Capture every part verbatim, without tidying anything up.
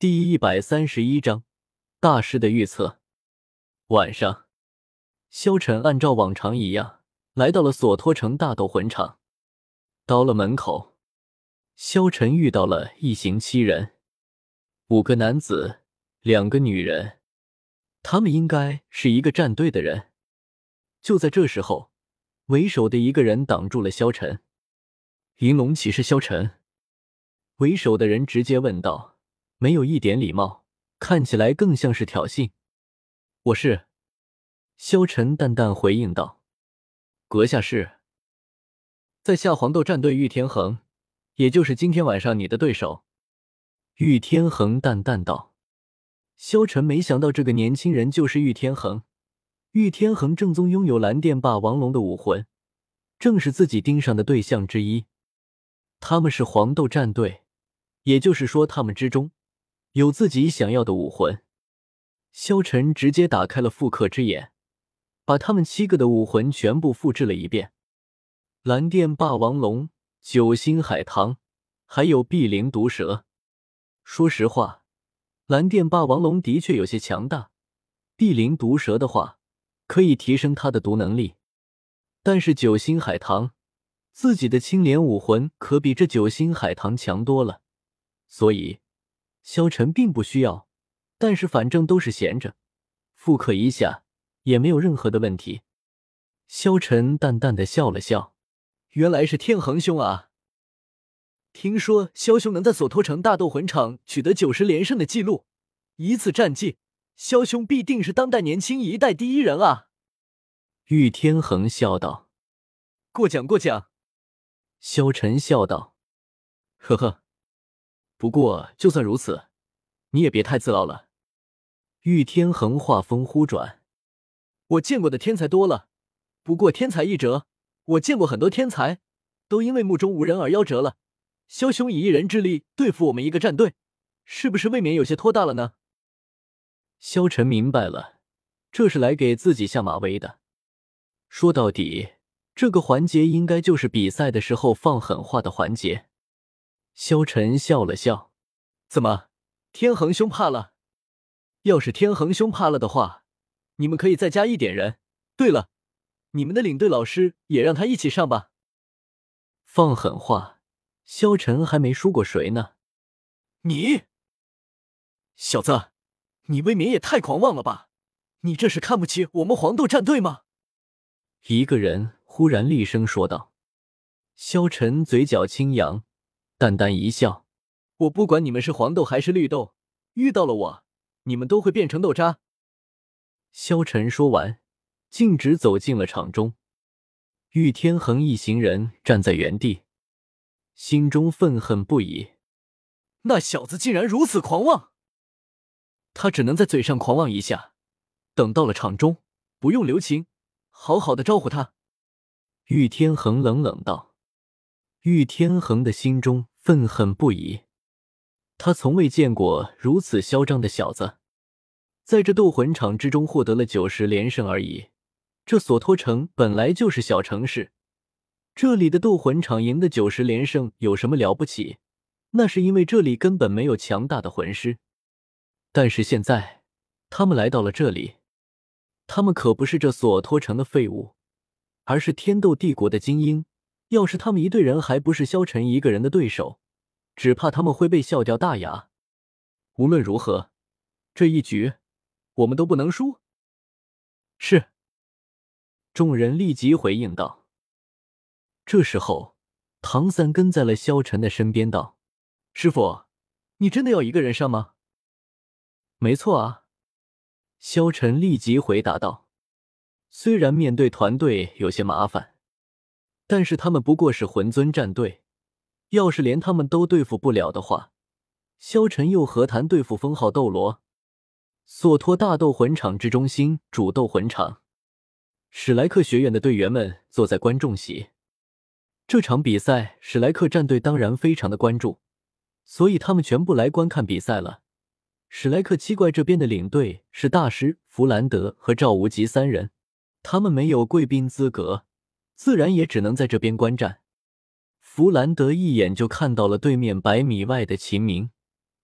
第一百三十一章大师的预测。晚上，萧晨按照往常一样来到了索托城大斗魂场。到了门口，萧晨遇到了一行七人，五个男子，两个女人，他们应该是一个战队的人。就在这时候，为首的一个人挡住了萧晨。银龙骑士萧晨，为首的人直接问道，没有一点礼貌，看起来更像是挑衅。我是。萧晨淡淡回应道。阁下是。在下黄豆战队玉天恒，也就是今天晚上你的对手。玉天恒淡淡道。萧晨没想到这个年轻人就是玉天恒。玉天恒正宗拥有蓝电霸王龙的武魂，正是自己盯上的对象之一。他们是黄豆战队，也就是说他们之中有自己想要的武魂。萧晨直接打开了复刻之眼，把他们七个的武魂全部复制了一遍。蓝电霸王龙、九星海棠，还有碧灵毒蛇。说实话，蓝电霸王龙的确有些强大，碧灵毒蛇的话可以提升它的毒能力。但是九星海棠，自己的青莲武魂可比这九星海棠强多了，所以萧晨并不需要，但是反正都是闲着，复刻一下也没有任何的问题。萧晨淡淡的笑了笑，原来是天恒兄啊！听说萧兄能在索托城大斗魂场取得九十连胜的记录，以此战绩，萧兄必定是当代年轻一代第一人啊！玉天恒笑道。过奖过奖。萧晨笑道。呵呵，不过就算如此，你也别太自傲了。玉天恒话锋忽转。我见过的天才多了，不过天才一折，我见过很多天才，都因为目中无人而夭折了。萧兄以一人之力对付我们一个战队，是不是未免有些拖大了呢？萧晨明白了，这是来给自己下马威的。说到底，这个环节应该就是比赛的时候放狠话的环节。萧晨笑了笑。怎么，天恒兄怕了？要是天恒兄怕了的话，你们可以再加一点人。对了，你们的领队老师也让他一起上吧。放狠话，萧晨还没输过谁呢。你小子，你未免也太狂妄了吧？你这是看不起我们黄豆战队吗？一个人忽然厉声说道。萧晨嘴角轻扬，淡淡一笑。我不管你们是黄豆还是绿豆，遇到了我，你们都会变成豆渣。萧晨说完，径直走进了场中。玉天恒一行人站在原地，心中愤恨不已。那小子竟然如此狂妄！他只能在嘴上狂妄一下，等到了场中，不用留情，好好的招呼他。玉天恒冷冷道。玉天恒的心中愤恨不已，他从未见过如此嚣张的小子。在这斗魂场之中获得了九十连胜而已，这索托城本来就是小城市，这里的斗魂场赢的九十连胜有什么了不起？那是因为这里根本没有强大的魂师。但是现在他们来到了这里，他们可不是这索托城的废物，而是天斗帝国的精英。要是他们一队人还不是萧晨一个人的对手，只怕他们会被笑掉大牙。无论如何，这一局我们都不能输。是。众人立即回应道。这时候唐三跟在了萧晨的身边道。师傅，你真的要一个人上吗？没错啊。萧晨立即回答道。虽然面对团队有些麻烦，但是他们不过是魂尊战队，要是连他们都对付不了的话，萧晨又何谈对付封号斗罗？索托大斗魂场之中心主斗魂场，史莱克学院的队员们坐在观众席。这场比赛史莱克战队当然非常的关注，所以他们全部来观看比赛了。史莱克七怪这边的领队是大师弗兰德和赵无极三人，他们没有贵宾资格，自然也只能在这边观战。弗兰德一眼就看到了对面百米外的秦明，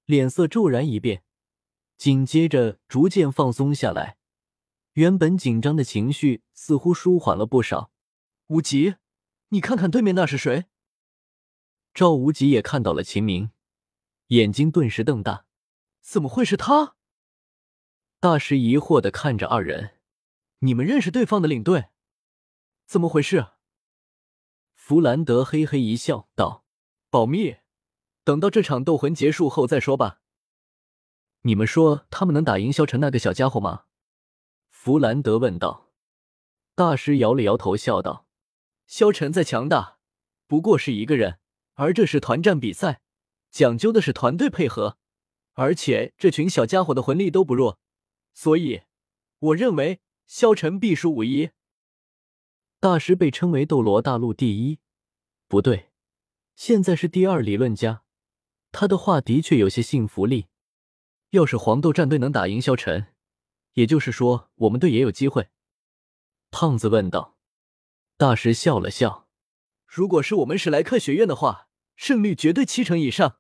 脸色骤然一变，紧接着逐渐放松下来，原本紧张的情绪似乎舒缓了不少。 无极，你看看对面那是谁？ 赵无极也看到了秦明，眼睛顿时瞪大。 怎么会是他？ 大师疑惑地看着二人。 你们认识对方的领队？怎么回事？ 弗兰德嘿嘿一笑道： 保密，等到这场斗魂结束后再说吧。 你们说他们能打赢萧晨那个小家伙吗？弗兰德问道。大师摇了摇头笑道： 萧晨再强大，不过是一个人，而这是团战比赛，讲究的是团队配合，而且这群小家伙的魂力都不弱，所以我认为萧晨必输无疑。 大师被称为斗罗大陆第一，不对，现在是第二理论家，他的话的确有些信服力。要是黄豆战队能打赢萧晨，也就是说我们队也有机会。胖子问道。大师笑了笑， 如果是我们史莱克学院的话，胜率绝对七成以上。